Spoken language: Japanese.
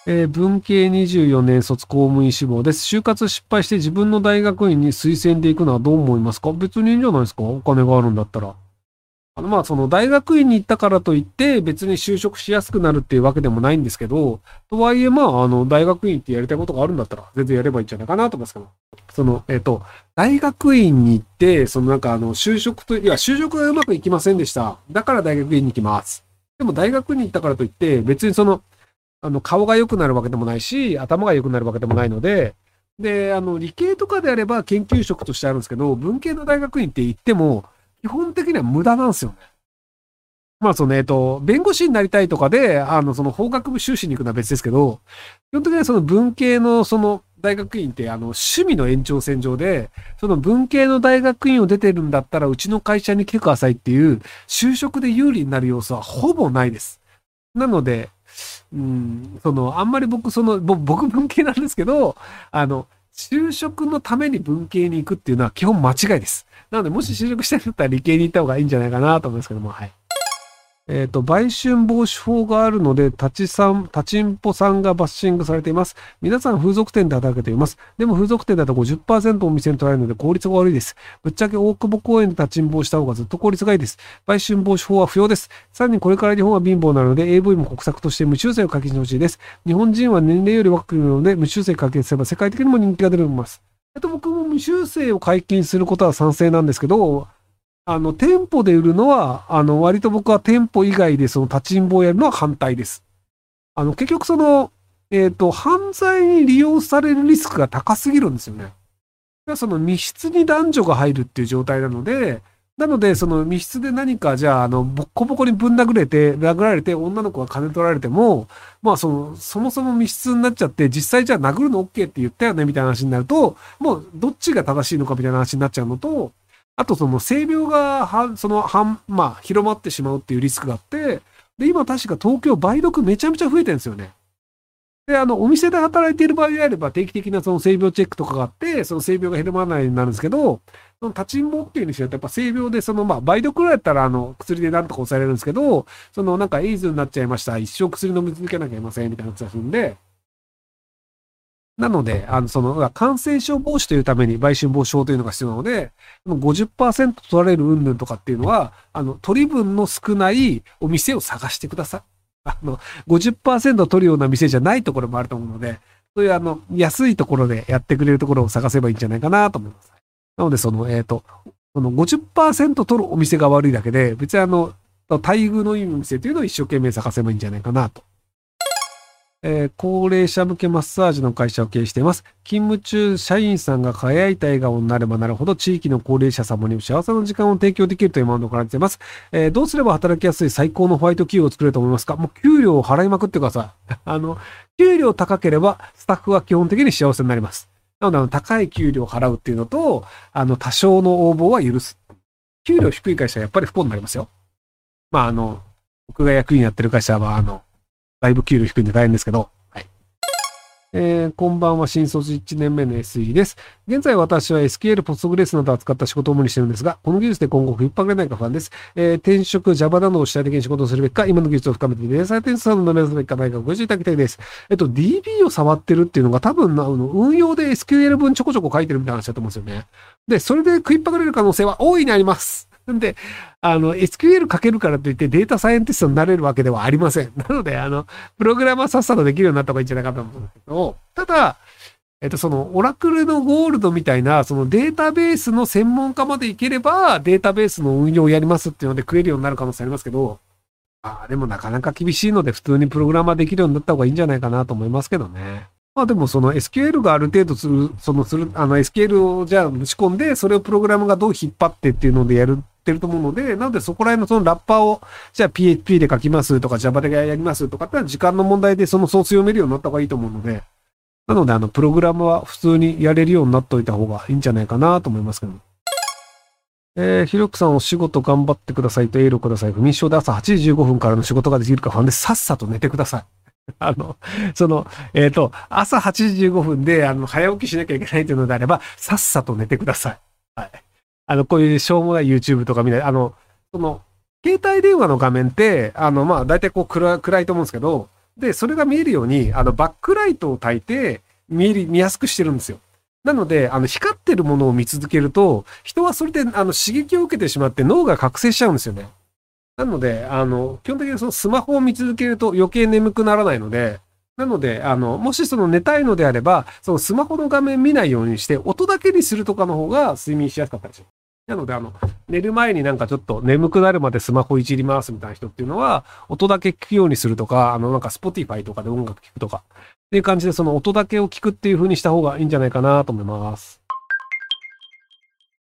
文系24年卒公務員志望です。就活失敗して自分の大学院に推薦で行くのはどう思いますか？別にいいんじゃないですか？お金があるんだったら。まあ、その大学院に行ったからといって別に就職しやすくなるっていうわけでもないんですけど、とはいえ、まあ、大学院ってやりたいことがあるんだったら全然やればいいんじゃないかなと思いますけど。大学院に行って、就職と、いや、就職がうまくいきませんでした。だから大学院に行きます。でも大学に行ったからといって、別に顔が良くなるわけでもないし、頭が良くなるわけでもないので、で、理系とかであれば研究職としてあるんですけど、文系の大学院って言っても、基本的には無駄なんですよね。まあ、弁護士になりたいとかで、法学部修士に行くのは別ですけど、基本的にはその文系の大学院って、趣味の延長線上で、その文系の大学院を出てるんだったら、うちの会社に来てくださいっていう、就職で有利になる要素はほぼないです。なので、あんまり僕文系なんですけど、就職のために文系に行くっていうのは基本間違いです。なので、もし就職したいんだったら理系に行った方がいいんじゃないかなと思いますけども、はい。売春防止法があるので、立ちんぽさんがバッシングされています。皆さん風俗店で働けています。でも風俗店だと 50% お店に取られるので効率が悪いです。ぶっちゃけ大久保公園で立ちんぼをした方がずっと効率がいいです。売春防止法は不要です。さらにこれから日本は貧乏なので AV も国策として無修正を解禁してほしいです。日本人は年齢より若くいるので無修正解禁すれば世界的にも人気が出ると思います。僕も無修正を解禁することは賛成なんですけど、店舗で売るのは、割と僕は店舗以外でその立ちんぼをやるのは反対です。結局犯罪に利用されるリスクが高すぎるんですよね。その密室に男女が入るっていう状態なので、その密室で何か、じゃあ、ボッコボコに殴られて、女の子が金取られても、まあ、そもそも密室になっちゃって、実際じゃあ殴るの OK って言ったよね、みたいな話になると、もう、どっちが正しいのかみたいな話になっちゃうのと、あと性病がまあ、広まってしまうっていうリスクがあって、で、今確か東京梅毒めちゃめちゃ増えてるんですよね。で、お店で働いている場合であれば定期的な性病チェックとかがあって、その性病が広まらないようになるんですけど、その立ちんぼ OK にしようとやっぱ性病でまあ、梅毒ぐらいだったら薬でなんとか抑えられるんですけど、エイズになっちゃいました。一生薬飲み続けなきゃいけませんみたいなやつがするんで、なので、感染症防止というために売春防止法というのが必要なので、50% 取られる云々とかっていうのは、取り分の少ないお店を探してください。50% 取るような店じゃないところもあると思うので、そういう安いところでやってくれるところを探せばいいんじゃないかなと思います。なので、50% 取るお店が悪いだけで、別に待遇のいいお店というのを一生懸命探せばいいんじゃないかなと。高齢者向けマッサージの会社を経営しています。勤務中、社員さんが輝いた笑顔になればなるほど、地域の高齢者様に幸せな時間を提供できるというものを行っています。どうすれば働きやすい最高のホワイト企業を作れると思いますか？もう給料を払いまくってください。給料高ければ、スタッフは基本的に幸せになります。なので、高い給料を払うっていうのと、多少の応募は許す。給料低い会社はやっぱり不幸になりますよ。まあ、僕が役員やってる会社は、だいぶ給料低いんで大変ですけど。はい。こんばんは、新卒1年目の SE です。現在私は SQL、ポストグレスなどを扱った仕事を主にしているんですが、この技術で今後引っ張れないか不安です。転職、Java などを主体的に仕事をするべきか、今の技術を深めてデータサイエンティストなどの目指すべきかないかご教示いただきたいです。DB を触ってるっていうのが多分、運用で SQL 文ちょこちょこ書いてるみたいな話だと思うんですよね。で、それで食いっぱぐれる可能性は大いにあります。なんで、SQL 書けるからといってデータサイエンティストになれるわけではありません。なので、プログラマーさっさとできるようになった方がいいんじゃないかと思うんですけど、ただ、オラクルのゴールドみたいな、データベースの専門家までいければ、データベースの運用をやりますっていうので食えるようになる可能性ありますけど、でもなかなか厳しいので、普通にプログラマーできるようになった方がいいんじゃないかなと思いますけどね。まあでもSQL がある程度SQL をじゃあ仕込んで、それをプログラムがどう引っ張ってっていうのでやってると思うので、なのでそこら辺のラッパーを、じゃあ PHP で書きますとか Java でやりますとかってのは時間の問題でソース読めるようになった方がいいと思うので、なのでプログラムは普通にやれるようになっといた方がいいんじゃないかなと思いますけど。ひろくさんお仕事頑張ってくださいとエールをください。不眠症で朝8時15分からの仕事ができるか不安でさっさと寝てください。朝8時15分で、早起きしなきゃいけないというのであれば、さっさと寝てください。はい。こういうしょうもない YouTube とか見ない、携帯電話の画面って、まあ、大体暗いと思うんですけど、 で、それが見えるように、バックライトを焚いて、見やすくしてるんですよ。なので、光ってるものを見続けると、人はそれで、刺激を受けてしまって脳が覚醒しちゃうんですよね。なので、基本的にそのスマホを見続けると余計眠くならないので、なので、もしその寝たいのであれば、そのスマホの画面見ないようにして、音だけにするとかの方が睡眠しやすかったりします。なので、寝る前になんかちょっと眠くなるまでスマホいじりますみたいな人っていうのは、音だけ聞くようにするとか、なんか Spotify とかで音楽聞くとか、っていう感じでその音だけを聞くっていう風にした方がいいんじゃないかなと思います。